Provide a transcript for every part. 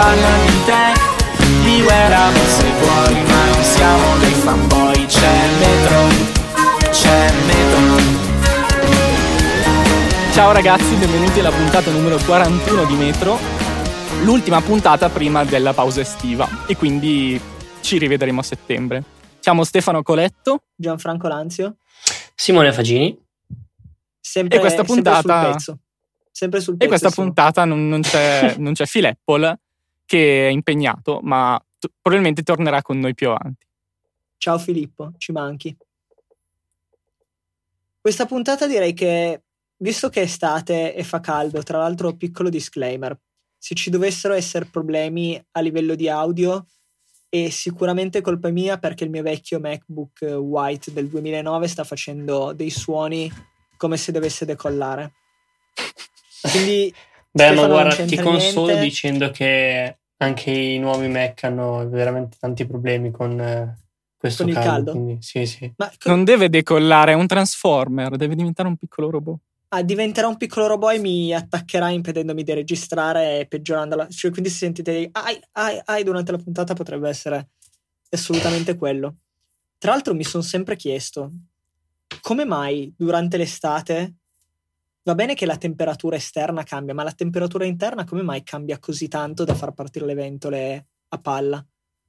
parla di te, di guerra se vuoi, ma non siamo dei fanboy. C'è Metro, c'è Metro. Ciao ragazzi, benvenuti alla puntata numero 41 di Metro, l'ultima puntata prima della pausa estiva e quindi ci rivedremo a settembre. Siamo Stefano Coletto, Gianfranco Lanzio, Simone Fagini. Sempre, e questa puntata, sempre sul pezzo. E questa puntata non c'è Phil Apple, che è impegnato, ma probabilmente tornerà con noi più avanti. Ciao Filippo, ci manchi. Questa puntata direi che, visto che è estate e fa caldo, tra l'altro piccolo disclaimer, se ci dovessero essere problemi a livello di audio è sicuramente colpa mia, perché il mio vecchio MacBook White del 2009 sta facendo dei suoni come se dovesse decollare. Quindi ma guarda, ti consolo dicendo che anche i nuovi Mac hanno veramente tanti problemi con questo con il caldo. Quindi, sì. Ma non deve decollare, è un transformer, deve diventare un piccolo robot. Diventerà un piccolo robot e mi attaccherà impedendomi di registrare e peggiorandola. Cioè, quindi se sentite ai durante la puntata potrebbe essere assolutamente quello. Tra l'altro mi sono sempre chiesto come mai durante l'estate, va bene che la temperatura esterna cambia, ma la temperatura interna come mai cambia così tanto da far partire le ventole a palla?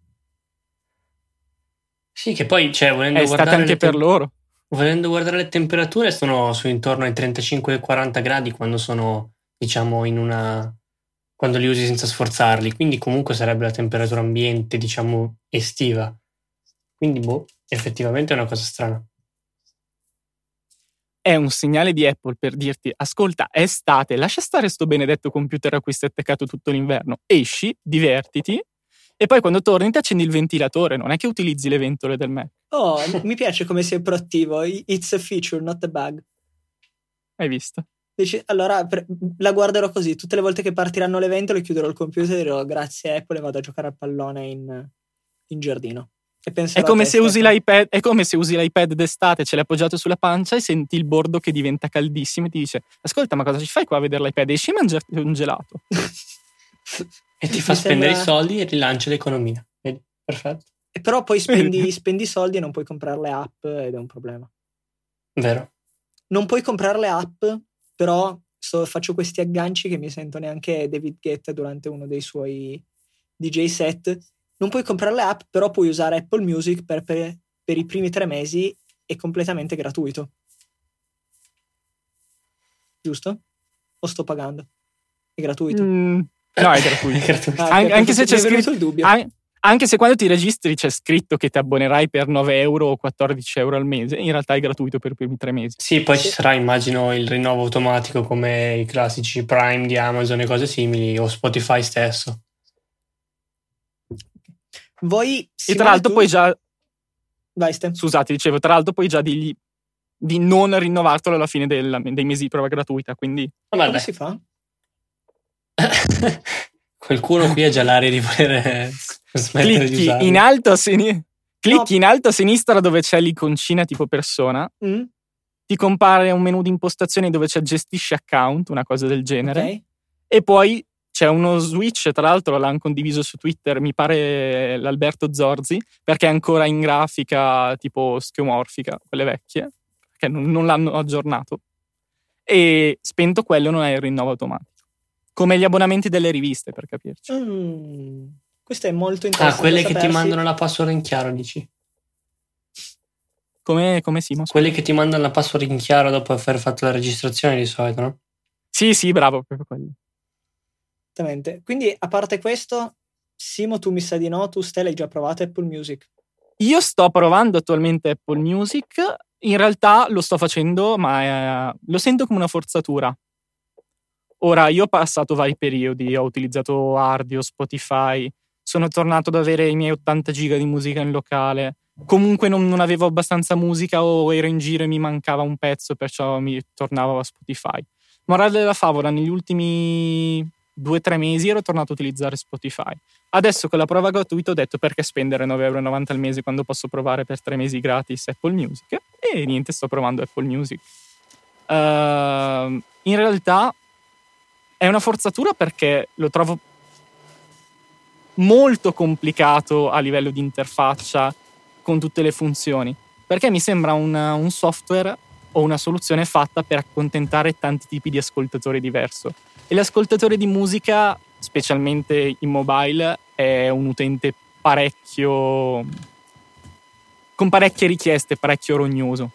Sì, che poi volendo è guardare estate anche per loro. Volendo guardare le temperature sono su intorno ai 35-40 gradi quando sono, diciamo, quando li usi senza sforzarli, quindi comunque sarebbe la temperatura ambiente, diciamo, estiva. Quindi effettivamente è una cosa strana. È un segnale di Apple per dirti: ascolta, è estate, lascia stare sto benedetto computer a cui stai attaccato tutto l'inverno, esci, divertiti e poi quando torni ti accendi il ventilatore, non è che utilizzi le ventole del Mac. Oh, mi piace come sei proattivo. It's a feature, not a bug. Hai visto? Dici, allora la guarderò così, tutte le volte che partiranno le ventole chiuderò il computer e dirò grazie Apple e vado a giocare al pallone in giardino. E è come se usi l'iPad, è come se usi l'iPad d'estate, ce l'hai appoggiato sulla pancia e senti il bordo che diventa caldissimo e ti dice: ascolta, ma cosa ci fai qua a vedere l'iPad? Esci a mangiarti un gelato. E ti fa spendere i soldi e rilancia l'economia. Vedi? Perfetto. E però poi spendi soldi e non puoi comprare le app ed è un problema. Vero. Non puoi comprare le app, però faccio questi agganci che mi sento neanche David Guetta durante uno dei suoi DJ set. Non puoi comprare le app, però puoi usare Apple Music per i primi 3 mesi, è completamente gratuito. Giusto? O sto pagando? È gratuito? No, è gratuito. Anche se c'è scritto il dubbio. Anche se quando ti registri c'è scritto che ti abbonerai per 9 euro o 14 euro al mese, in realtà è gratuito per i primi 3 mesi. Sì, poi ci sarà, immagino, il rinnovo automatico come i classici Prime di Amazon e cose simili, o Spotify stesso. Voi, e tra l'altro poi già... Vai, Ste. Scusate, dicevo, tra l'altro poi già di non rinnovartelo alla fine dei mesi di prova gratuita, quindi... Come si fa? Qualcuno qui ha già l'aria di voler smettere di usarlo. In alto a sinistra dove c'è l'iconcina tipo persona, ti compare un menu di impostazioni dove c'è gestisci account, una cosa del genere, okay. E poi c'è uno switch, tra l'altro l'hanno condiviso su Twitter, mi pare l'Alberto Zorzi, perché è ancora in grafica tipo schiomorfica, quelle vecchie, che non l'hanno aggiornato. E spento quello non è il rinnovo automatico. Come gli abbonamenti delle riviste, per capirci. Questo è molto interessante. Quelle che ti mandano la password in chiaro, dici? Come Simo? Quelle che ti mandano la password in chiaro dopo aver fatto la registrazione di solito, no? Sì, bravo, proprio quello. Esattamente. Quindi, a parte questo, Simo, tu mi sa di no, tu Stella hai già provato Apple Music? Io sto provando attualmente Apple Music, in realtà lo sto facendo, ma lo sento come una forzatura. Ora, io ho passato vari periodi, ho utilizzato Ardio, Spotify, sono tornato ad avere i miei 80 giga di musica in locale, comunque non avevo abbastanza musica o ero in giro e mi mancava un pezzo, perciò mi tornavo a Spotify. Morale della favola, negli ultimi 2-3 mesi ero tornato a utilizzare Spotify. Adesso con la prova gratuita ho detto: perché spendere 9,90 euro al mese quando posso provare per 3 mesi gratis Apple Music? E niente, sto provando Apple Music. In realtà è una forzatura perché lo trovo molto complicato a livello di interfaccia con tutte le funzioni, perché mi sembra un software o una soluzione fatta per accontentare tanti tipi di ascoltatori diverso. E l'ascoltatore di musica, specialmente in mobile, è un utente parecchio con parecchie richieste, parecchio rognoso.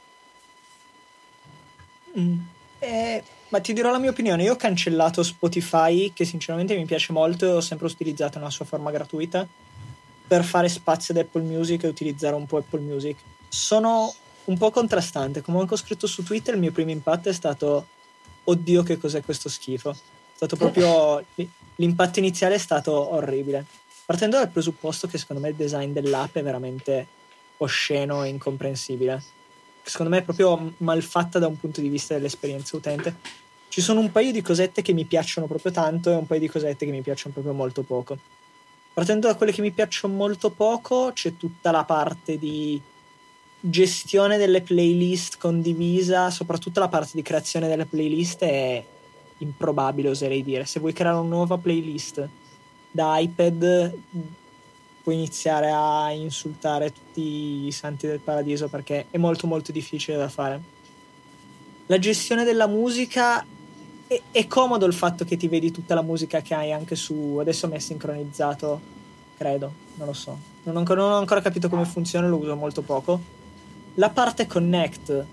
Ma ti dirò la mia opinione. Io ho cancellato Spotify, che sinceramente mi piace molto e ho sempre utilizzato nella sua forma gratuita, per fare spazio ad Apple Music e utilizzare un po' Apple Music. Sono un po' contrastante. Come ho scritto su Twitter, il mio primo impatto è stato: oddio, che cos'è questo schifo. È stato proprio l'impatto iniziale è stato orribile, partendo dal presupposto che secondo me il design dell'app è veramente osceno e incomprensibile. Secondo me è proprio mal fatta da un punto di vista dell'esperienza utente. Ci sono un paio di cosette che mi piacciono proprio tanto e un paio di cosette che mi piacciono proprio molto poco. Partendo da quelle che mi piacciono molto poco, c'è tutta la parte di gestione delle playlist condivisa, soprattutto la parte di creazione delle playlist è improbabile, oserei dire. Se vuoi creare una nuova playlist da iPad, puoi iniziare a insultare tutti i santi del paradiso, perché è molto molto difficile da fare. La gestione della musica è comodo, il fatto che ti vedi tutta la musica che hai anche su. Adesso mi è sincronizzato, credo, non lo so, non ho ancora capito come funziona, lo uso molto poco. La parte connect,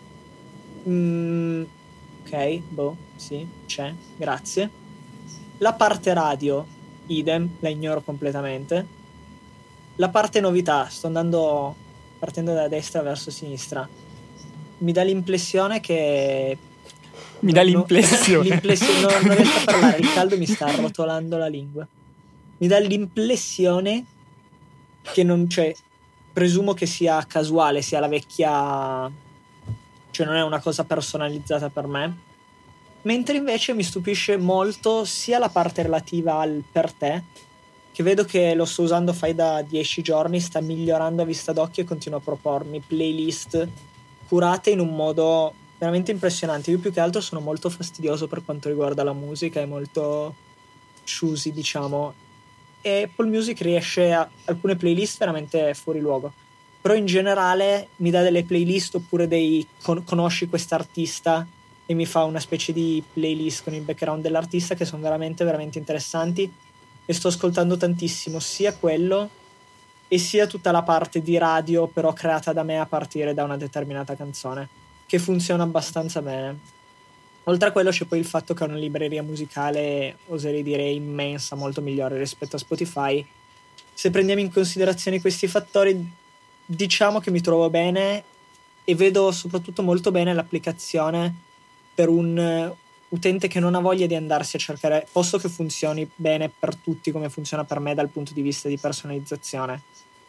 ok, sì, c'è, grazie. La parte radio, idem, la ignoro completamente. La parte novità, sto andando partendo da destra verso sinistra, mi dà l'impressione che non riesco a parlare, il caldo mi sta arrotolando la lingua. Mi dà l'impressione che non c'è, presumo che sia casuale, sia la vecchia, cioè non è una cosa personalizzata per me, mentre invece mi stupisce molto sia la parte relativa al per te, che vedo che lo sto usando fai da 10 giorni, sta migliorando a vista d'occhio e continua a propormi playlist curate in un modo veramente impressionante. Io più che altro sono molto fastidioso per quanto riguarda la musica, è molto choosy, diciamo, e Apple Music riesce a alcune playlist veramente fuori luogo, però in generale mi dà delle playlist oppure dei conosci quest'artista e mi fa una specie di playlist con il background dell'artista che sono veramente veramente interessanti, e sto ascoltando tantissimo sia quello e sia tutta la parte di radio però creata da me a partire da una determinata canzone, che funziona abbastanza bene. Oltre a quello c'è poi il fatto che ha una libreria musicale, oserei dire, immensa, molto migliore rispetto a Spotify. Se prendiamo in considerazione questi fattori, diciamo che mi trovo bene e vedo soprattutto molto bene l'applicazione per un utente che non ha voglia di andarsi a cercare, posto che funzioni bene per tutti come funziona per me dal punto di vista di personalizzazione.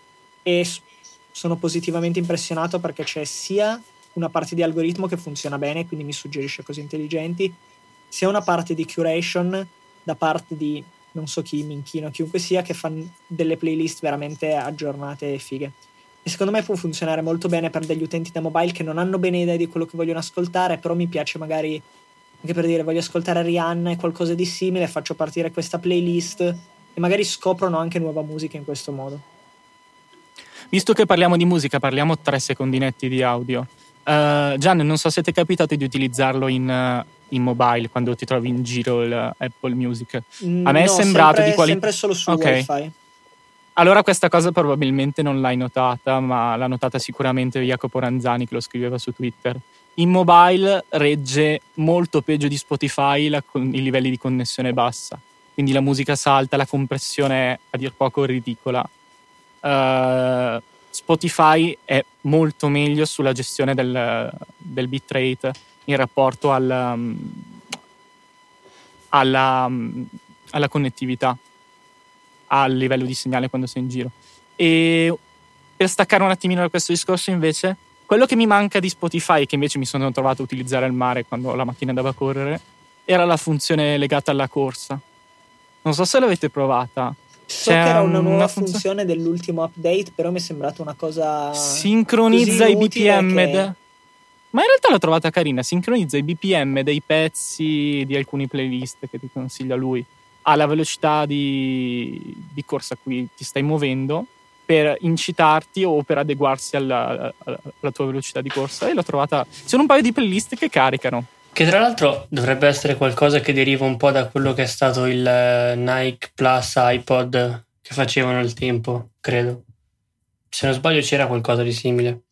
E sono positivamente impressionato perché c'è sia una parte di algoritmo che funziona bene, quindi mi suggerisce cose intelligenti, sia una parte di curation da parte di non so chi, Minchino, chiunque sia, che fa delle playlist veramente aggiornate e fighe. E secondo me può funzionare molto bene per degli utenti da mobile che non hanno bene idea di quello che vogliono ascoltare, però mi piace magari anche per dire voglio ascoltare Rihanna e qualcosa di simile, faccio partire questa playlist e magari scoprono anche nuova musica in questo modo. Visto che parliamo di musica, parliamo 3 secondinetti di audio. Gian, non so se ti è capitato di utilizzarlo in mobile quando ti trovi in giro l'Apple Music. A me è sembrato sempre, di qualità. Sempre solo su Wi-Fi. Allora questa cosa probabilmente non l'hai notata, ma l'ha notata sicuramente Jacopo Ranzani, che lo scriveva su Twitter. In mobile regge molto peggio di Spotify i livelli di connessione bassa, quindi la musica salta, la compressione è a dir poco ridicola. Spotify è molto meglio sulla gestione del bitrate in rapporto alla connettività, al livello di segnale quando sei in giro. E per staccare un attimino da questo discorso, invece, quello che mi manca di Spotify, che invece mi sono trovato a utilizzare al mare quando la mattina andavo a correre, era la funzione legata alla corsa. Non so se l'avete provata. So che era una nuova funzione dell'ultimo update, però mi è sembrata una cosa sincronizza i BPM che... Ma in realtà l'ho trovata carina, sincronizza i BPM dei pezzi di alcuni playlist che ti consiglia lui. alla velocità di corsa a cui ti stai muovendo per incitarti o per adeguarsi alla tua velocità di corsa, e l'ho trovata. Ci sono un paio di playlist che caricano. Che tra l'altro dovrebbe essere qualcosa che deriva un po' da quello che è stato il Nike Plus iPod che facevano al tempo, credo. Se non sbaglio c'era qualcosa di simile.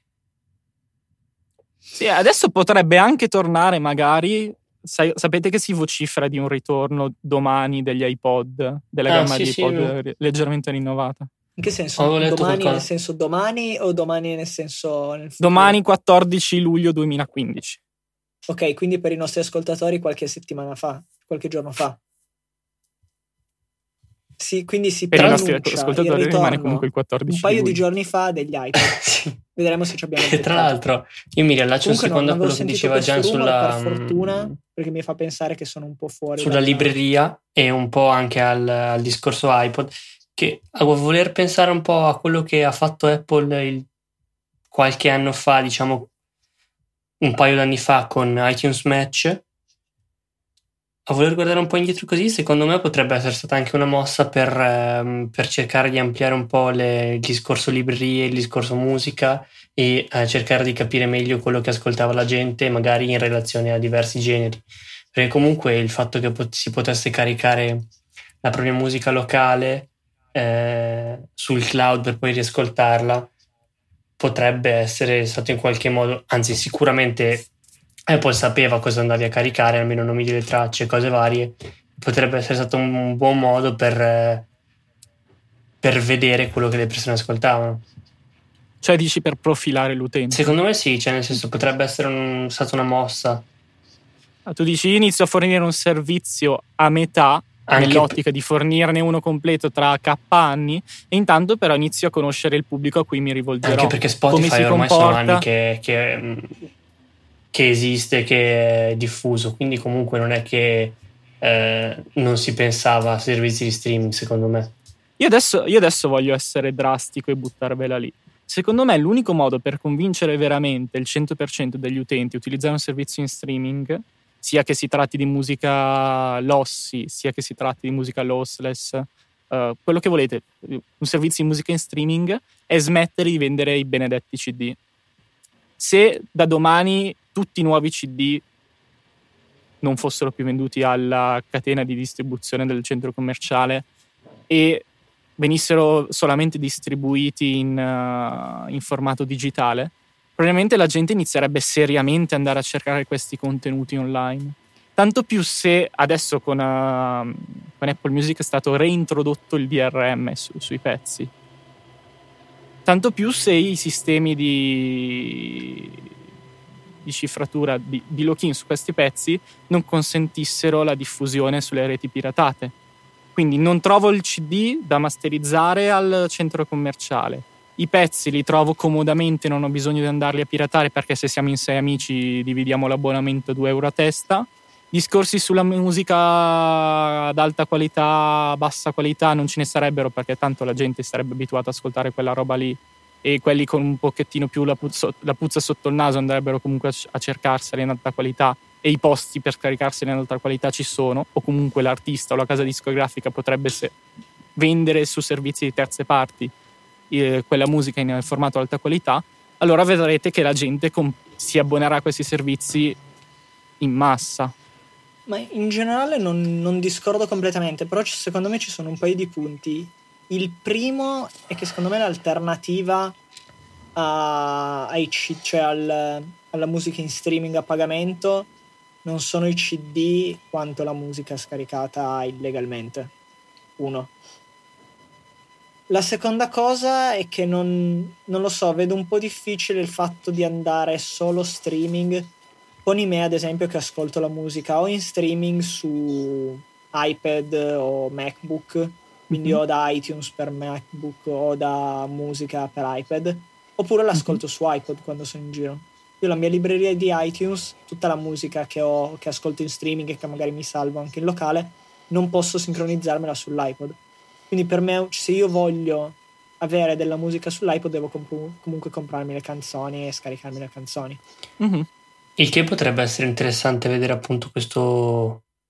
Sì, adesso potrebbe anche tornare magari. Sapete che si vocifera di un ritorno domani degli iPod, della gamma di iPod leggermente rinnovata. In che senso? Domani nel senso domani o domani nel senso nel futuro? Domani 14 luglio 2015. Ok, quindi per i nostri ascoltatori qualche settimana fa, qualche giorno fa. Sì, quindi si per i nostri preannuncia ascoltatori il ritorno rimane comunque il 14 un paio luglio. di giorni fa degli iPod. Sì. Vedremo se ci abbiamo Che tra l'altro io mi riallaccio un secondo a quello che diceva Gian sulla, per fortuna, perché mi fa pensare che sono un po' fuori sulla libreria e un po' anche al discorso iPod, che a voler pensare un po' a quello che ha fatto Apple qualche anno fa, diciamo un paio d'anni fa con iTunes Match, a voler guardare un po' indietro così, secondo me potrebbe essere stata anche una mossa per cercare di ampliare un po' il discorso librerie, il discorso musica e cercare di capire meglio quello che ascoltava la gente, magari in relazione a diversi generi. Perché comunque il fatto che si potesse caricare la propria musica locale sul cloud per poi riascoltarla potrebbe essere stato in qualche modo, anzi sicuramente Apple sapeva cosa andavi a caricare, almeno nomi delle tracce, cose varie. Potrebbe essere stato un buon modo per vedere quello che le persone ascoltavano. Cioè dici per profilare l'utente? Secondo me sì, cioè nel senso potrebbe essere stata una mossa. Tu dici inizio a fornire un servizio a metà nell'ottica di fornirne uno completo tra K anni, e intanto però inizio a conoscere il pubblico a cui mi rivolgerò. Anche perché Spotify ormai sono anni che esiste, che è diffuso, quindi comunque non è che non si pensava a servizi di streaming, secondo me. Io adesso voglio essere drastico e buttarvela lì. Secondo me l'unico modo per convincere veramente il 100% degli utenti a utilizzare un servizio in streaming, sia che si tratti di musica lossy, sia che si tratti di musica lossless, quello che volete, un servizio di musica in streaming, è smettere di vendere i benedetti CD. Se da domani tutti i nuovi CD non fossero più venduti alla catena di distribuzione del centro commerciale e venissero solamente distribuiti in formato digitale, probabilmente la gente inizierebbe seriamente ad andare a cercare questi contenuti online. Tanto più se adesso con Apple Music è stato reintrodotto il DRM sui pezzi. Tanto più se i sistemi di cifratura, di lock-in su questi pezzi non consentissero la diffusione sulle reti piratate. Quindi non trovo il CD da masterizzare al centro commerciale. I pezzi li trovo comodamente, non ho bisogno di andarli a piratare perché se siamo in 6 amici dividiamo l'abbonamento €2 a testa. Discorsi sulla musica ad alta qualità, bassa qualità non ce ne sarebbero, perché tanto la gente sarebbe abituata ad ascoltare quella roba lì, e quelli con un pochettino più la puzza sotto il naso andrebbero comunque a cercarsela in alta qualità, e i posti per scaricarsela in alta qualità ci sono, o comunque l'artista o la casa discografica potrebbe vendere su servizi di terze parti quella musica in formato alta qualità. Allora vedrete che la gente si abbonerà a questi servizi in massa. Ma in generale non discordo completamente, però secondo me ci sono un paio di punti. Il primo è che secondo me l'alternativa cioè alla musica in streaming a pagamento non sono i CD quanto la musica scaricata illegalmente. Uno. La seconda cosa è che non lo so, vedo un po' difficile il fatto di andare solo streaming. Poni me ad esempio che ascolto la musica o in streaming su iPad o MacBook, quindi o da iTunes per MacBook o da musica per iPad, oppure l'ascolto su iPod quando sono in giro. Io la mia libreria di iTunes, tutta la musica che ascolto in streaming e che magari mi salvo anche in locale, non posso sincronizzarmela sull'iPod. Quindi per me, se io voglio avere della musica sull'iPod, devo comunque comprarmi le canzoni e scaricarmi le canzoni. Il che potrebbe essere interessante vedere appunto questo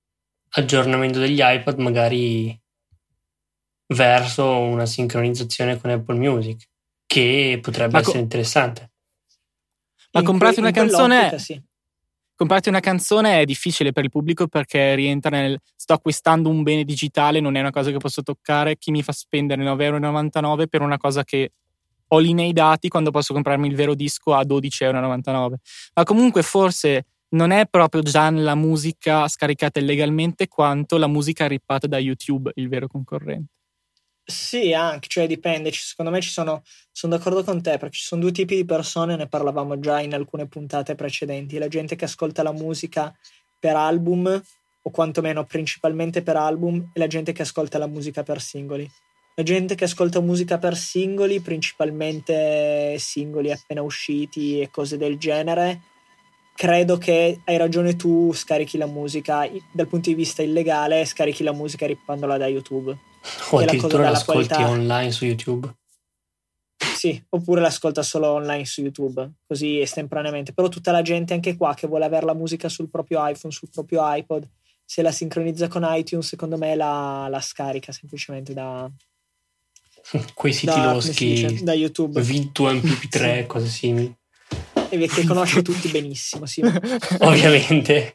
aggiornamento degli iPad magari verso una sincronizzazione con Apple Music, che potrebbe essere interessante. Ma comprarti una canzone, sì. comprarti una canzone è difficile per il pubblico, perché rientra nel sto acquistando un bene digitale, non è una cosa che posso toccare. Chi mi fa spendere 9,99 € per una cosa che ho lì nei dati, quando posso comprarmi il vero disco a 12,99 €? Ma comunque forse non è proprio già la musica scaricata illegalmente quanto la musica rippata da YouTube il vero concorrente. Sì, anche, cioè dipende. Secondo me sono d'accordo con te, perché ci sono due tipi di persone, ne parlavamo già in alcune puntate precedenti: la gente che ascolta la musica per album, o quantomeno principalmente per album, e la gente che ascolta la musica per singoli. La gente che ascolta musica per singoli, principalmente singoli appena usciti e cose del genere, credo che, hai ragione tu, scarichi la musica dal punto di vista illegale, scarichi la musica rippandola da YouTube. O addirittura l'ascolti online su YouTube. Sì, oppure l'ascolta solo online su YouTube, così estemporaneamente. Però tutta la gente anche qua che vuole avere la musica sul proprio iPhone, sul proprio iPod, se la sincronizza con iTunes, secondo me la scarica semplicemente da quei siti loschi, da YouTube, Virtua MP3, cose simili, e che conosci tutti benissimo, sì. Ovviamente.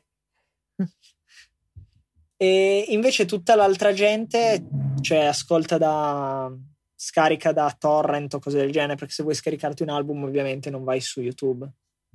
E invece tutta l'altra gente, cioè scarica da torrent o cose del genere, perché se vuoi scaricarti un album ovviamente non vai su YouTube.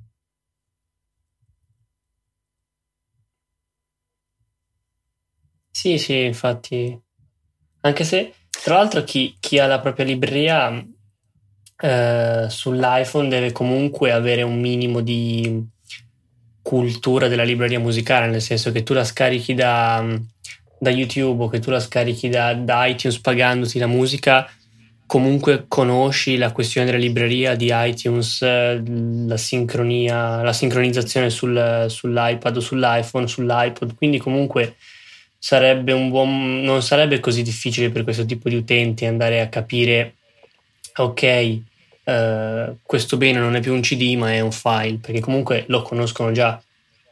Sì, infatti, anche se tra l'altro chi ha la propria libreria sull'iPhone deve comunque avere un minimo di cultura della libreria musicale, nel senso che tu la scarichi da YouTube o che tu la scarichi da iTunes pagandoti la musica, comunque conosci la questione della libreria di iTunes, la sincronizzazione sull'iPad o sull'iPhone, sull'iPod, quindi comunque non sarebbe così difficile per questo tipo di utenti andare a capire, ok, questo bene non è più un CD ma è un file, perché comunque lo conoscono già.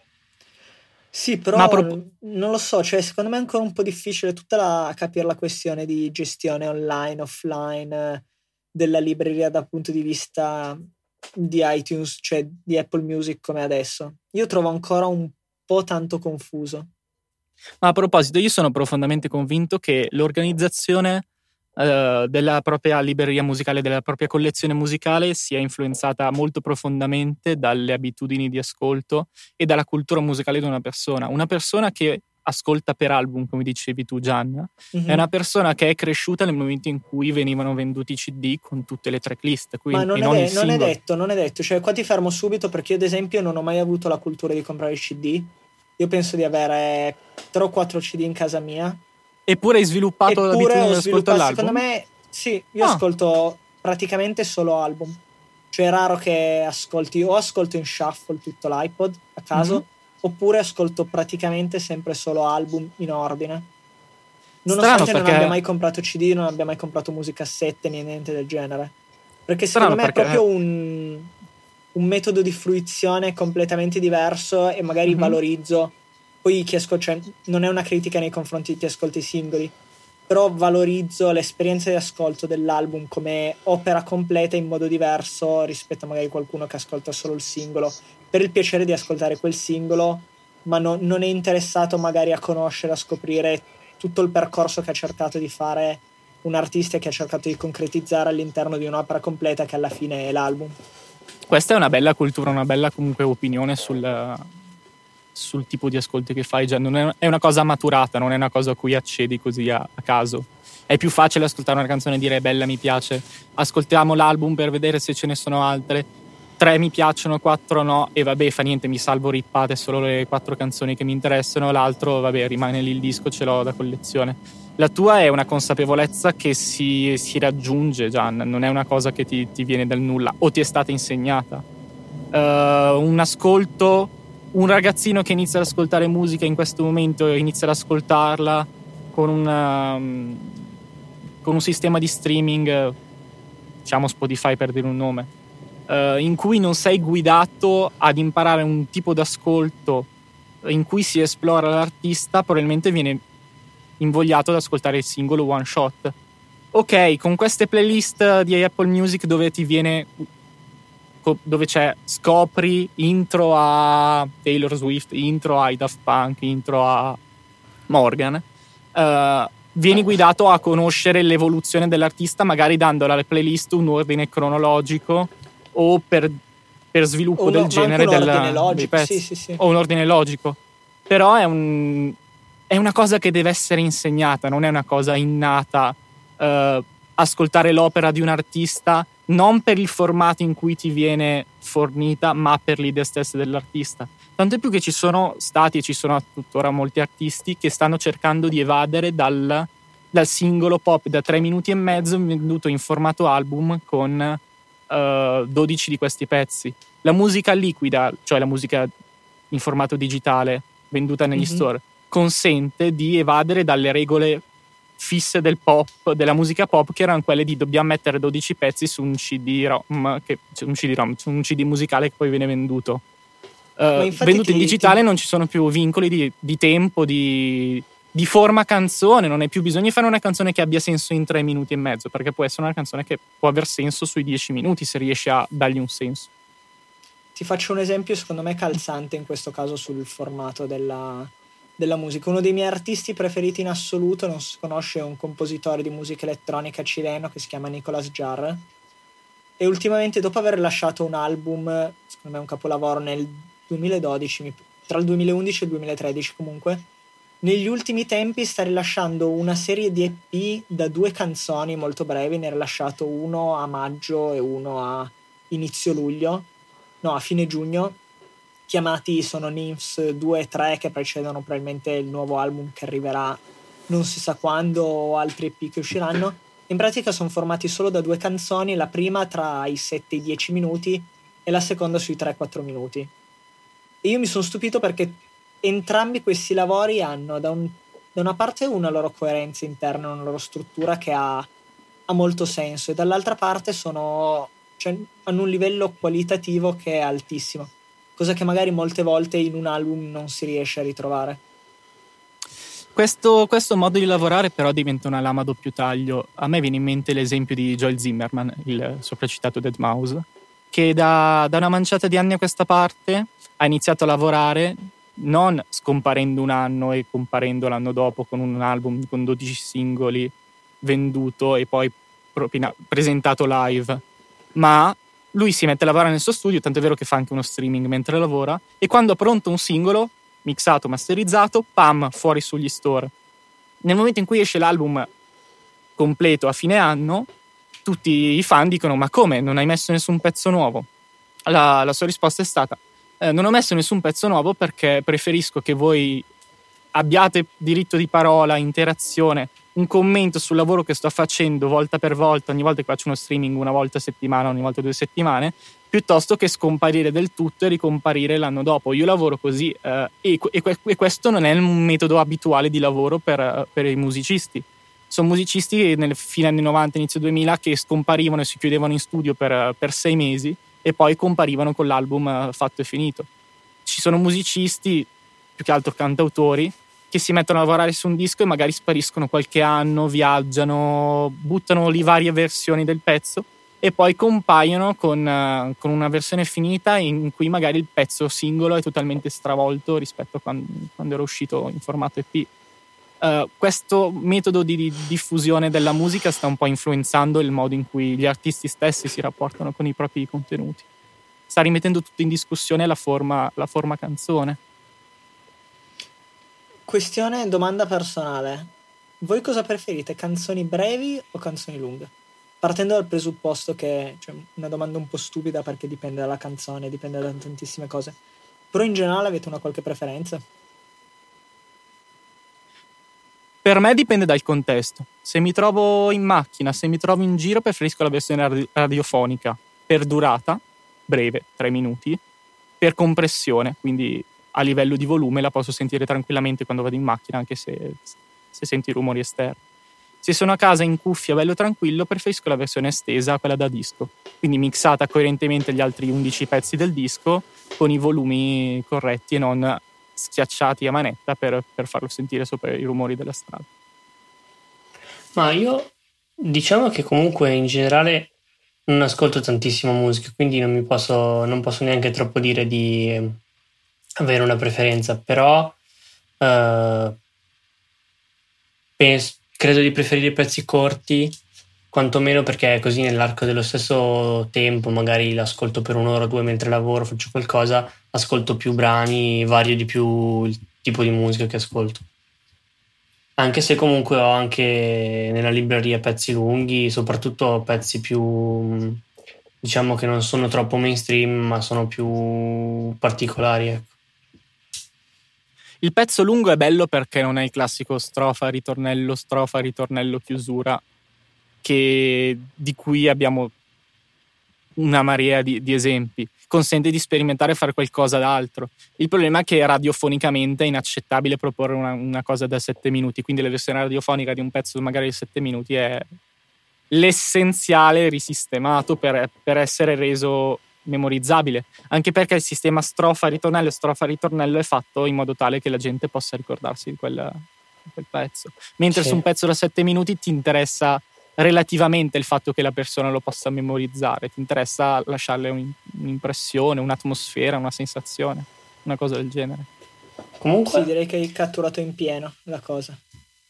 Sì, però non lo so, cioè secondo me è ancora un po' difficile capire la questione di gestione online, offline della libreria dal punto di vista di iTunes, cioè di Apple Music come adesso. Io trovo ancora un po' tanto confuso. Ma a proposito, io sono profondamente convinto che l'organizzazione della propria libreria musicale, della propria collezione musicale, sia influenzata molto profondamente dalle abitudini di ascolto e dalla cultura musicale di una persona. Una persona che ascolta per album, come dicevi tu, Gianna, è una persona che è cresciuta nel momento in cui venivano venduti CD con tutte le tracklist. Ma non è detto. Cioè, qua ti fermo subito, perché io ad esempio non ho mai avuto la cultura di comprare i CD. Io penso di avere 3 o 4 CD in casa mia. Eppure hai sviluppato l'abitudine di ascolto all'album? Secondo me sì, io ascolto praticamente solo album. Cioè è raro che ascolto in shuffle tutto l'iPod a caso, oppure ascolto praticamente sempre solo album in ordine. Nonostante non abbia mai comprato CD, non abbia mai comprato musicassette, niente del genere. Perché secondo me è proprio un metodo di fruizione completamente diverso, e magari valorizzo. Poi non è una critica nei confronti di chi ascolta i singoli, però valorizzo l'esperienza di ascolto dell'album come opera completa in modo diverso rispetto a magari qualcuno che ascolta solo il singolo per il piacere di ascoltare quel singolo, ma non è interessato magari a conoscere, a scoprire tutto il percorso che ha cercato di fare un artista e che ha cercato di concretizzare all'interno di un'opera completa che alla fine è l'album. Questa è una bella cultura, una bella comunque opinione sul tipo di ascolti che fai. Già non è una cosa maturata, non è una cosa a cui accedi così a caso. È più facile ascoltare una canzone e dire bella, mi piace, ascoltiamo l'album per vedere se ce ne sono altre, 3 mi piacciono, 4 no, e vabbè, fa niente, mi salvo rippate solo le 4 canzoni che mi interessano, l'altro vabbè, rimane lì il disco, ce l'ho da collezione. La tua è una consapevolezza che si raggiunge, Gian, non è una cosa che ti viene dal nulla o ti è stata insegnata. Un ascolto, un ragazzino che inizia ad ascoltare musica in questo momento inizia ad ascoltarla con un sistema di streaming, diciamo Spotify per dire un nome, in cui non sei guidato ad imparare un tipo d'ascolto in cui si esplora l'artista, probabilmente viene invogliato ad ascoltare il singolo one shot. Ok, con queste playlist di Apple Music dove c'è scopri intro a Taylor Swift, intro ai Daft Punk, intro a Morgan, vieni guidato a conoscere l'evoluzione dell'artista, magari dando alla playlist un ordine cronologico o per sviluppo del genere dei pezzi. Sì. O un ordine logico. Però è una cosa che deve essere insegnata, non è una cosa innata. Ascoltare l'opera di un artista non per il formato in cui ti viene fornita, ma per l'idea stessa dell'artista. Tanto più che ci sono stati e ci sono tuttora molti artisti che stanno cercando di evadere dal singolo pop da 3 minuti e mezzo venduto in formato album con 12 di questi pezzi. La musica liquida, cioè la musica in formato digitale venduta negli store, consente di evadere dalle regole fisse del pop, della musica pop, che erano quelle di dobbiamo mettere 12 pezzi su un CD-ROM, su un CD musicale che poi viene venduto. Venduto in digitale non ci sono più vincoli di tempo, di forma canzone, non hai più bisogno di fare una canzone che abbia senso in 3 minuti e mezzo, perché può essere una canzone che può aver senso sui 10 minuti se riesci a dargli un senso. Ti faccio un esempio secondo me calzante in questo caso sul formato della musica. Uno dei miei artisti preferiti in assoluto, non si conosce, un compositore di musica elettronica cileno che si chiama Nicolas Jarre, e ultimamente, dopo aver lasciato un album, secondo me un capolavoro, nel 2012, tra il 2011 e il 2013 comunque, negli ultimi tempi sta rilasciando una serie di EP da 2 canzoni molto brevi. Ne ha rilasciato uno a maggio e uno a fine giugno, chiamati sono Nymphs 2 e 3, che precedono probabilmente il nuovo album che arriverà non si sa quando, o altri EP che usciranno. In pratica sono formati solo da 2 canzoni, la prima tra i 7 e i 10 minuti e la seconda sui 3-4 minuti. E io mi sono stupito perché entrambi questi lavori hanno da una parte una loro coerenza interna, una loro struttura che ha molto senso, e dall'altra parte hanno un livello qualitativo che è altissimo, cosa che magari molte volte in un album non si riesce a ritrovare. Questo modo di lavorare però diventa una lama a doppio taglio. A me viene in mente l'esempio di Joel Zimmerman, il sopracitato Deadmau5, che da una manciata di anni a questa parte ha iniziato a lavorare non scomparendo un anno e comparendo l'anno dopo con un album con 12 singoli venduto e poi presentato live, ma lui si mette a lavorare nel suo studio, tanto è vero che fa anche uno streaming mentre lavora, e quando ha pronto un singolo mixato, masterizzato, pam, fuori sugli store. Nel momento in cui esce l'album completo a fine anno, tutti i fan dicono: ma come, non hai messo nessun pezzo nuovo? La sua risposta è stata: non ho messo nessun pezzo nuovo perché preferisco che voi abbiate diritto di parola, interazione, un commento sul lavoro che sto facendo volta per volta, ogni volta che faccio uno streaming, una volta a settimana, ogni volta 2 settimane, piuttosto che scomparire del tutto e ricomparire l'anno dopo. Io lavoro così, e questo non è un metodo abituale di lavoro per i musicisti. Sono musicisti nel fine anni 90, inizio 2000 che scomparivano e si chiudevano in studio per 6 mesi e poi comparivano con l'album fatto e finito. Ci sono musicisti, più che altro cantautori, che si mettono a lavorare su un disco e magari spariscono qualche anno, viaggiano, buttano lì varie versioni del pezzo e poi compaiono con una versione finita in cui magari il pezzo singolo è totalmente stravolto rispetto a quando era uscito in formato EP. Questo metodo di diffusione della musica sta un po' influenzando il modo in cui gli artisti stessi si rapportano con i propri contenuti. Sta rimettendo tutto in discussione la forma canzone. Domanda personale: voi cosa preferite, canzoni brevi o canzoni lunghe? Partendo dal presupposto che, una domanda un po' stupida perché dipende dalla canzone, dipende da tantissime cose, però in generale avete una qualche preferenza? Per me dipende dal contesto. Se mi trovo in macchina, se mi trovo in giro, preferisco la versione radiofonica per durata, breve, 3 minuti, per compressione, quindi a livello di volume la posso sentire tranquillamente quando vado in macchina, anche se sento i rumori esterni. Se sono a casa in cuffia, bello tranquillo, preferisco la versione estesa, quella da disco, quindi mixata coerentemente agli altri 11 pezzi del disco, con i volumi corretti e non schiacciati a manetta per farlo sentire sopra i rumori della strada. Ma io diciamo che comunque in generale non ascolto tantissima musica, quindi non posso neanche troppo dire di avere una preferenza, però credo di preferire i pezzi corti, quantomeno perché così nell'arco dello stesso tempo, magari l'ascolto per 1 ora o 2 mentre lavoro, faccio qualcosa, ascolto più brani, vario di più il tipo di musica che ascolto. Anche se comunque ho anche nella libreria pezzi lunghi, soprattutto pezzi più, diciamo che non sono troppo mainstream, ma sono più particolari, ecco. Il pezzo lungo è bello perché non è il classico strofa, ritornello, chiusura, di cui abbiamo una marea di esempi. Consente di sperimentare e fare qualcosa d'altro. Il problema è che radiofonicamente è inaccettabile proporre una cosa da 7 minuti, quindi la versione radiofonica di un pezzo magari di 7 minuti è l'essenziale risistemato per essere reso memorizzabile, anche perché il sistema strofa-ritornello è fatto in modo tale che la gente possa ricordarsi di quel pezzo, mentre Sì. su un pezzo da 7 minuti ti interessa relativamente il fatto che la persona lo possa memorizzare, ti interessa lasciarle un'impressione, un'atmosfera, una sensazione, una cosa del genere. Comunque Sì, direi che hai catturato in pieno la cosa.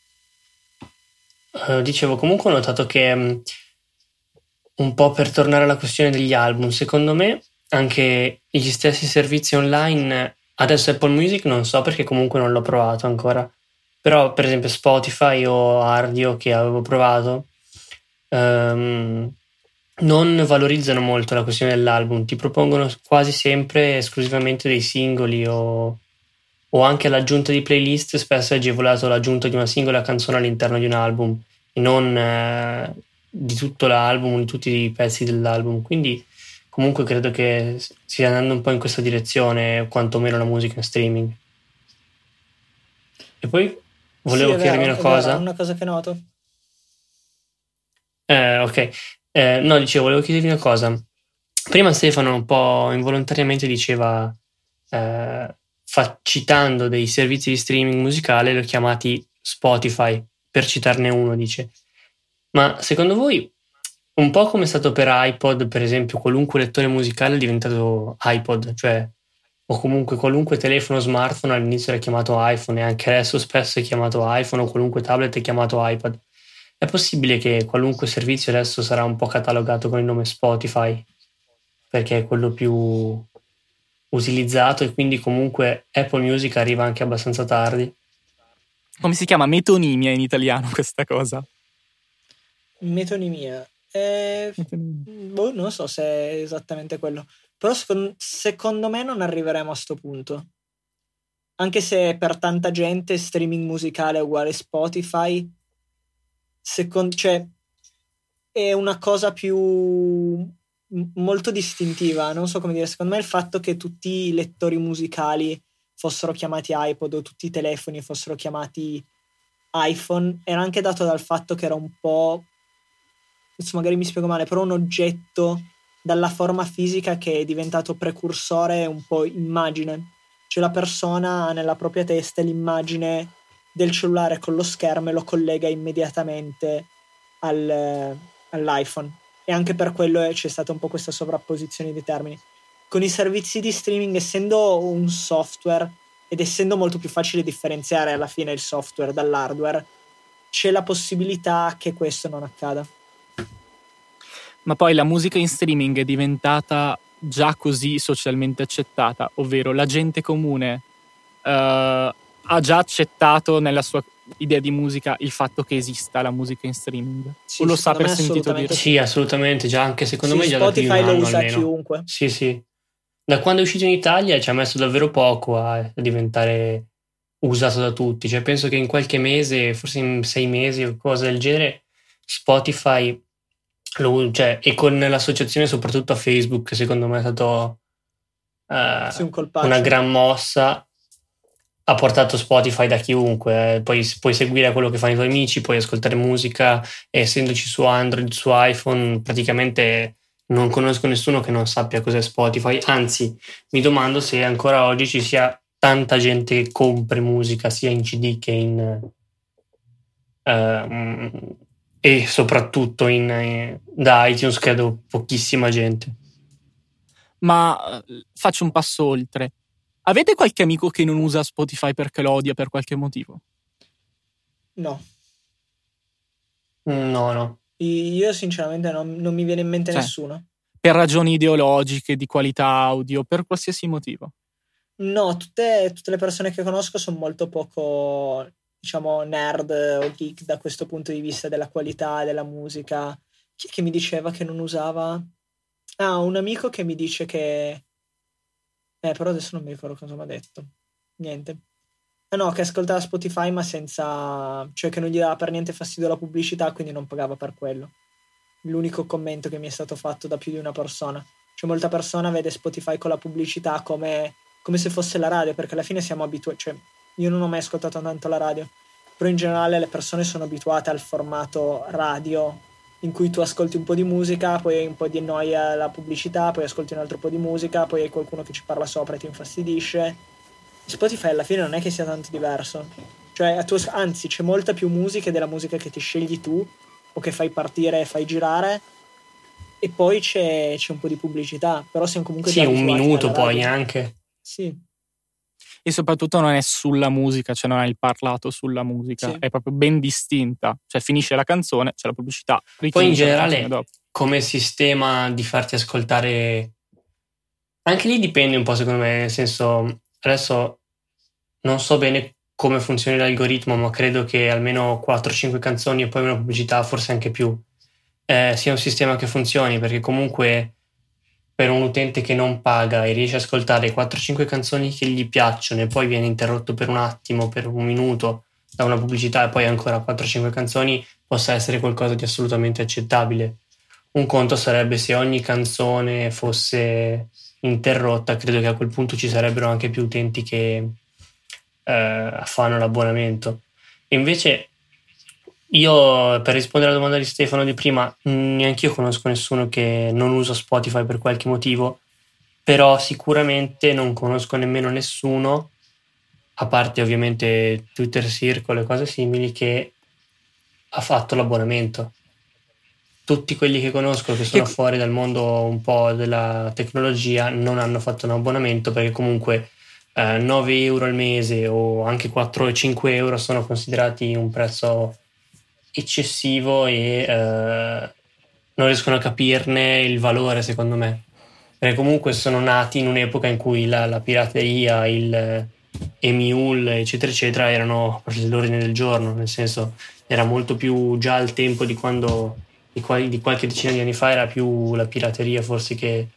dicevo, comunque ho notato che un po' per tornare alla questione degli album, secondo me anche gli stessi servizi online, adesso Apple Music non so perché comunque non l'ho provato ancora, però per esempio Spotify o Ardio che avevo provato non valorizzano molto la questione dell'album, ti propongono quasi sempre esclusivamente dei singoli o anche l'aggiunta di playlist. Spesso è agevolato l'aggiunta di una singola canzone all'interno di un album e non di tutto l'album, di tutti i pezzi dell'album, quindi comunque credo che stia andando un po' in questa direzione, quantomeno la musica in streaming. E poi volevo Sì, è chiedermi vero, una è cosa. vero, una cosa che noto. Ok. No, dicevo, volevo chiedervi una cosa. Prima Stefano un po' involontariamente diceva, citando dei servizi di streaming musicale, li ho chiamati Spotify, per citarne uno, dice. Ma secondo voi, un po' come è stato per iPod, per esempio, qualunque lettore musicale è diventato iPod, cioè, o comunque qualunque telefono smartphone all'inizio era chiamato iPhone e anche adesso spesso è chiamato iPhone, o qualunque tablet è chiamato iPad. È possibile che qualunque servizio adesso sarà un po' catalogato con il nome Spotify, perché è quello più utilizzato e quindi comunque Apple Music arriva anche abbastanza tardi? Come si chiama? Metonimia in italiano questa cosa. Metonimia. Non so se è esattamente quello. Però secondo me non arriveremo a sto punto. Anche se per tanta gente streaming musicale è uguale Spotify, cioè è una cosa più molto distintiva. Non so come dire. Secondo me il fatto che tutti i lettori musicali fossero chiamati iPod o tutti i telefoni fossero chiamati iPhone era anche dato dal fatto che era un po', adesso magari mi spiego male, però un oggetto dalla forma fisica che è diventato precursore un po' immagine, cioè la persona ha nella propria testa l'immagine del cellulare con lo schermo e lo collega immediatamente all'iPhone, e anche per quello c'è stata un po' questa sovrapposizione di termini. Con i servizi di streaming, essendo un software ed essendo molto più facile differenziare alla fine il software dall'hardware, c'è la possibilità che questo non accada. Ma poi la musica in streaming è diventata già così socialmente accettata, ovvero la gente comune ha già accettato nella sua idea di musica il fatto che esista la musica in streaming, Sì, o lo sa per secondo me sentito assolutamente dire? Sì, assolutamente, già anche secondo me già da più di un Spotify lo anno usa almeno. chiunque. Sì. Da quando è uscito in Italia ci ha messo davvero poco a diventare usato da tutti. Cioè, penso che in qualche mese, forse in 6 mesi o cose del genere, Spotify e con l'associazione soprattutto a Facebook, secondo me è stato Sì, un colpaccio. una gran mossa. Ha portato Spotify da chiunque, poi puoi seguire quello che fanno i tuoi amici, puoi ascoltare musica, e essendoci su Android, su iPhone, praticamente non conosco nessuno che non sappia cos'è Spotify. Anzi, mi domando se ancora oggi ci sia tanta gente che compri musica sia in CD che e soprattutto da iTunes credo pochissima gente. Ma faccio un passo oltre. Avete qualche amico che non usa Spotify perché lo odia per qualche motivo? No. No. Io sinceramente non mi viene in mente nessuno. Per ragioni ideologiche, di qualità audio, per qualsiasi motivo? No, tutte le persone che conosco sono molto poco, diciamo, nerd o geek da questo punto di vista della qualità della musica. Chi è che mi diceva che non usava? Ah, un amico che mi dice che... però adesso non mi ricordo cosa mi ha detto. Niente. No, che ascoltava Spotify ma senza... cioè che non gli dava per niente fastidio la pubblicità, quindi non pagava per quello. L'unico commento che mi è stato fatto da più di una persona. Cioè molta persona vede Spotify con la pubblicità come se fosse la radio, perché alla fine siamo abituati... cioè io non ho mai ascoltato tanto la radio, però in generale le persone sono abituate al formato radio in cui tu ascolti un po' di musica, poi hai un po' di noia la pubblicità, poi ascolti un altro po' di musica, poi hai qualcuno che ci parla sopra e ti infastidisce. Spotify alla fine non è che sia tanto diverso, cioè anzi c'è molta più musica della musica che ti scegli tu o che fai partire e fai girare, e poi c'è un po' di pubblicità, però siamo comunque sì, un minuto poi radio. anche. Sì. E soprattutto non è sulla musica, cioè non è il parlato sulla musica, Sì. È proprio ben distinta, cioè finisce la canzone, c'è la pubblicità. Poi in generale come sistema di farti ascoltare anche lì dipende un po', secondo me, nel senso, adesso non so bene come funzioni l'algoritmo, ma credo che almeno 4-5 canzoni e poi una pubblicità, forse anche più, sia un sistema che funzioni, perché comunque per un utente che non paga e riesce a ascoltare 4-5 canzoni che gli piacciono e poi viene interrotto per un attimo, per un minuto da una pubblicità e poi ancora 4-5 canzoni, possa essere qualcosa di assolutamente accettabile. Un conto sarebbe se ogni canzone fosse interrotta, credo che a quel punto ci sarebbero anche più utenti che fanno l'abbonamento. E invece io, per rispondere alla domanda di Stefano di prima, neanche io conosco nessuno che non usa Spotify per qualche motivo, però sicuramente non conosco nemmeno nessuno, a parte ovviamente Twitter Circle e cose simili, che ha fatto l'abbonamento. Tutti quelli che conosco che sono fuori dal mondo un po' della tecnologia non hanno fatto un abbonamento, perché comunque 9 euro al mese o anche 4 o 5 euro sono considerati un prezzo eccessivo e non riescono a capirne il valore, secondo me, perché comunque sono nati in un'epoca in cui la pirateria, il Emule eccetera eccetera erano all'ordine del giorno, nel senso era molto più, già al tempo di quando di qualche decina di anni fa era più la pirateria forse che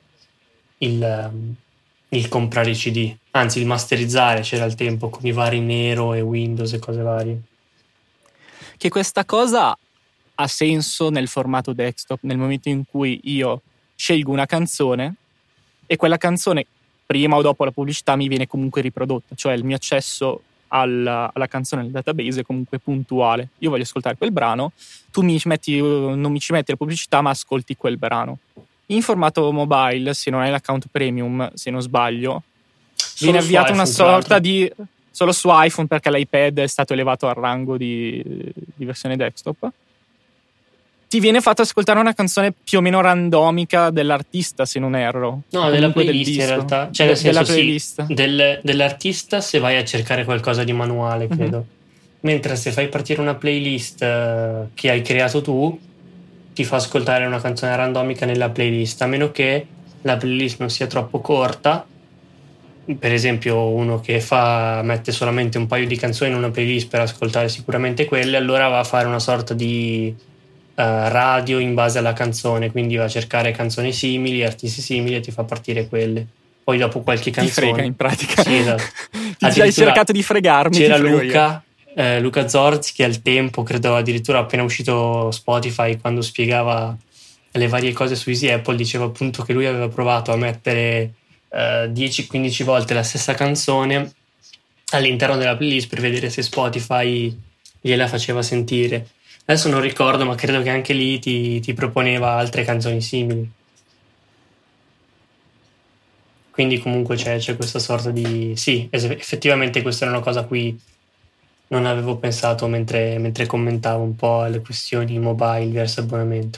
il comprare i CD, anzi il masterizzare c'era il tempo con i vari Nero e Windows e cose varie. Che questa cosa ha senso nel formato desktop, nel momento in cui io scelgo una canzone e quella canzone prima o dopo la pubblicità mi viene comunque riprodotta, cioè il mio accesso alla canzone nel database è comunque puntuale. Io voglio ascoltare quel brano, tu non mi ci metti la pubblicità ma ascolti quel brano. In formato mobile, se non hai l'account premium, se non sbaglio, viene avviata una sorta di... solo su iPhone, perché l'iPad è stato elevato al rango di versione desktop. Ti viene fatto ascoltare una canzone più o meno randomica dell'artista, se non erro. No, della playlist in realtà. Cioè, nel senso, della playlist. Sì, dell'artista se vai a cercare qualcosa di manuale, credo. Mm-hmm. Mentre se fai partire una playlist che hai creato tu, ti fa ascoltare una canzone randomica nella playlist, a meno che la playlist non sia troppo corta. Per esempio uno che mette solamente un paio di canzoni in una playlist per ascoltare sicuramente quelle, allora va a fare una sorta di radio in base alla canzone, quindi va a cercare canzoni simili, artisti simili e ti fa partire quelle. Poi dopo qualche canzone ti frega in pratica. Sì, esatto. Hai cercato di fregarmi. C'era Luca Zorzi che al tempo, credo addirittura appena uscito Spotify, quando spiegava le varie cose su Easy Apple, diceva appunto che lui aveva provato a mettere 10-15 volte la stessa canzone all'interno della playlist per vedere se Spotify gliela faceva sentire. Adesso non ricordo, ma credo che anche lì ti proponeva altre canzoni simili. Quindi comunque c'è questa sorta di... Sì, effettivamente questa è una cosa a cui non avevo pensato mentre commentavo un po' le questioni mobile verso abbonamento.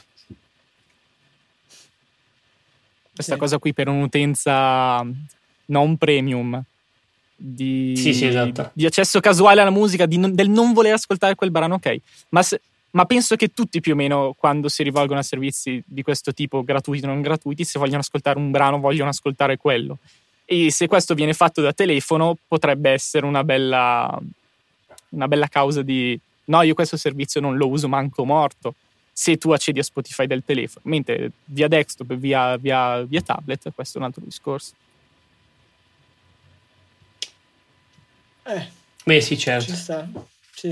Questa cosa qui per un'utenza non premium di esatto. di accesso casuale alla musica, del non voler ascoltare quel brano, ok. Ma penso che tutti più o meno, quando si rivolgono a servizi di questo tipo, gratuiti o non gratuiti, se vogliono ascoltare un brano, vogliono ascoltare quello. E se questo viene fatto da telefono, potrebbe essere una bella causa di no, io questo servizio non lo uso manco morto, se tu accedi a Spotify del telefono, mentre via desktop, via tablet, questo è un altro discorso. Beh sì, certo. Ci sta. Sì.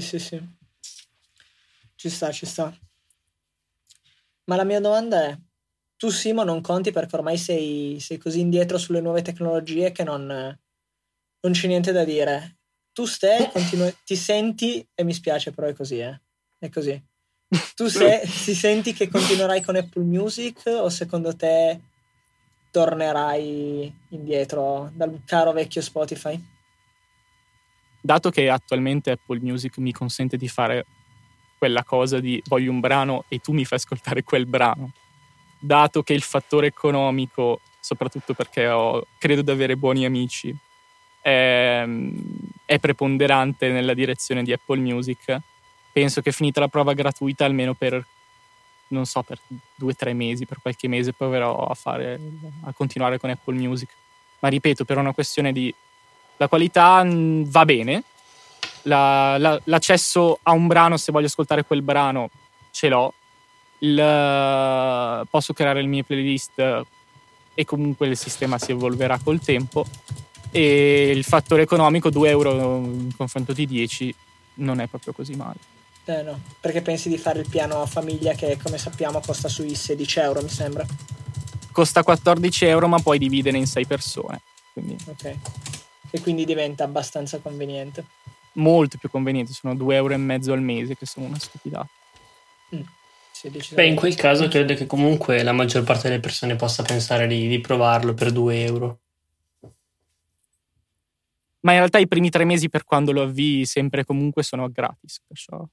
Ci sta. Ma la mia domanda è: tu, Simo, non conti perché ormai sei così indietro sulle nuove tecnologie che non c'è niente da dire. Tu ti senti, e mi spiace però è così, è così. Tu ti senti che continuerai con Apple Music o secondo te tornerai indietro dal caro vecchio Spotify? Dato che attualmente Apple Music mi consente di fare quella cosa di voglio un brano e tu mi fai ascoltare quel brano, dato che il fattore economico, soprattutto perché credo di avere buoni amici, è preponderante nella direzione di Apple Music, penso che finita la prova gratuita, almeno per 2-3 mesi, per qualche mese proverò a continuare con Apple Music. Ma ripeto, per una questione di la qualità va bene, l'accesso a un brano, se voglio ascoltare quel brano ce l'ho, posso creare le mie playlist e comunque il sistema si evolverà col tempo, e il fattore economico, 2 euro in confronto di 10 non è proprio così male. No, perché pensi di fare il piano a famiglia che, come sappiamo, costa sui 16 euro, mi sembra. Costa 14 euro, ma puoi dividere in 6 persone, quindi... Ok, e quindi diventa abbastanza conveniente. Molto più conveniente, sono 2,5 euro al mese, che sono una stupidata. Sì, beh, in quel caso credo che comunque la maggior parte delle persone possa pensare di provarlo per 2 euro. Ma in realtà i primi 3 mesi, per quando lo avvii, sempre e comunque sono gratis, perciò...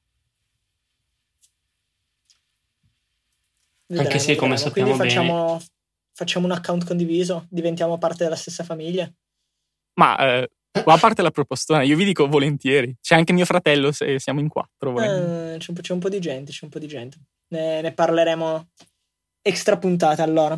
Anche se, come sappiamo quindi bene... facciamo un account condiviso, diventiamo parte della stessa famiglia. Ma a parte la propostona, io vi dico volentieri. C'è anche mio fratello, se siamo in 4. C'è un po' di gente, Ne parleremo extra puntata allora.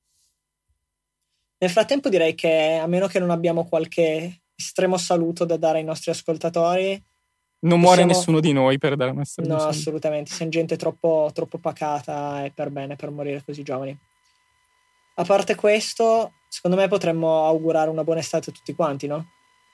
Nel frattempo direi che, a meno che non abbiamo qualche estremo saluto da dare ai nostri ascoltatori, non muore nessuno di noi per dare una No, assolutamente, siamo gente troppo pacata e per bene per morire così giovani. A parte questo, secondo me potremmo augurare una buona estate a tutti quanti, no?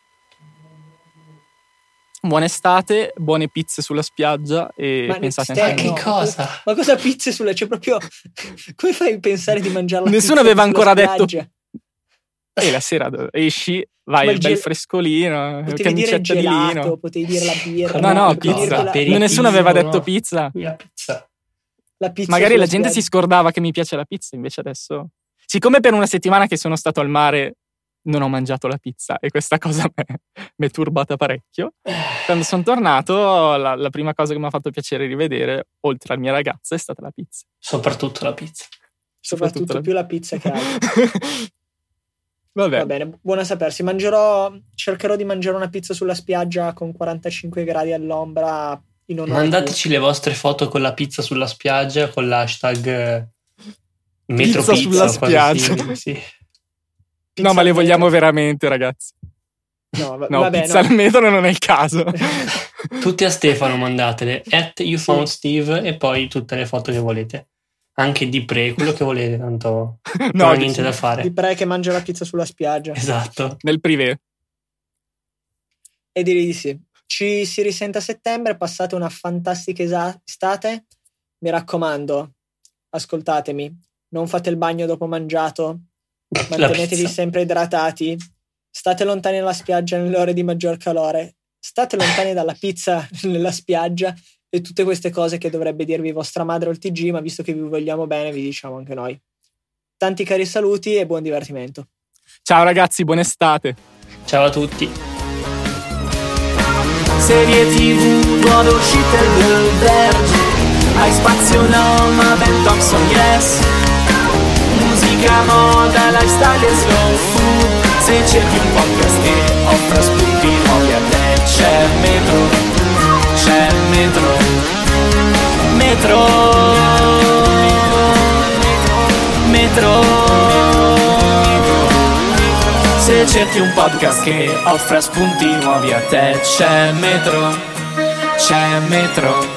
Buona estate, buone pizze sulla spiaggia e pensate anche che cosa? Ma cosa pizze sulla... C'è proprio... Come fai a pensare di mangiare la Nessuno pizza aveva ancora spiaggia? detto... E la sera esci, vai al bel frescolino, potevi dire il gelato, potevi dire la birra. No, pizza. Nessuno aveva detto pizza. La pizza. Magari la gente si scordava che mi piace la pizza, invece adesso... Siccome per una settimana che sono stato al mare non ho mangiato la pizza e questa cosa mi è turbata parecchio, quando sono tornato la prima cosa che mi ha fatto piacere rivedere, oltre alla mia ragazza, è stata la pizza. Soprattutto la pizza. Soprattutto più la pizza che altro. Va bene, buona sapersi. Cercherò di mangiare una pizza sulla spiaggia con 45 gradi all'ombra. Mandateci le vostre foto con la pizza sulla spiaggia con l'hashtag Metropizza sulla spiaggia. Sì. No, ma le vogliamo veramente, ragazzi. No, vabbè, pizza al metro non è il caso. Tutte a Stefano mandatele @youfoundsteve e poi tutte le foto che volete. Anche di pre, quello che volete, tanto non ho niente da fare. Di pre che mangia la pizza sulla spiaggia. Esatto. Nel privé. E direi di sì. Ci si risente a settembre, passate una fantastica estate. Mi raccomando, ascoltatemi, non fate il bagno dopo mangiato, mantenetevi sempre idratati, state lontani dalla spiaggia nelle ore di maggior calore, state lontani dalla pizza nella spiaggia e tutte queste cose che dovrebbe dirvi vostra madre o il TG, ma visto che vi vogliamo bene vi diciamo anche noi. Tanti cari saluti e buon divertimento. Ciao ragazzi, buona estate. Ciao a tutti. Serie TV, nuove uscite del Verge. Hai spazio no, ma Ben Thompson yes. Musica, moda, lifestyle e slow food. Se cerchi un podcast che offre spunti nuovi a te, c'è Metro, c'è Metro, Metro, Metro. Se cerchi un podcast che offre spunti nuovi a te, c'è Metro, c'è Metro.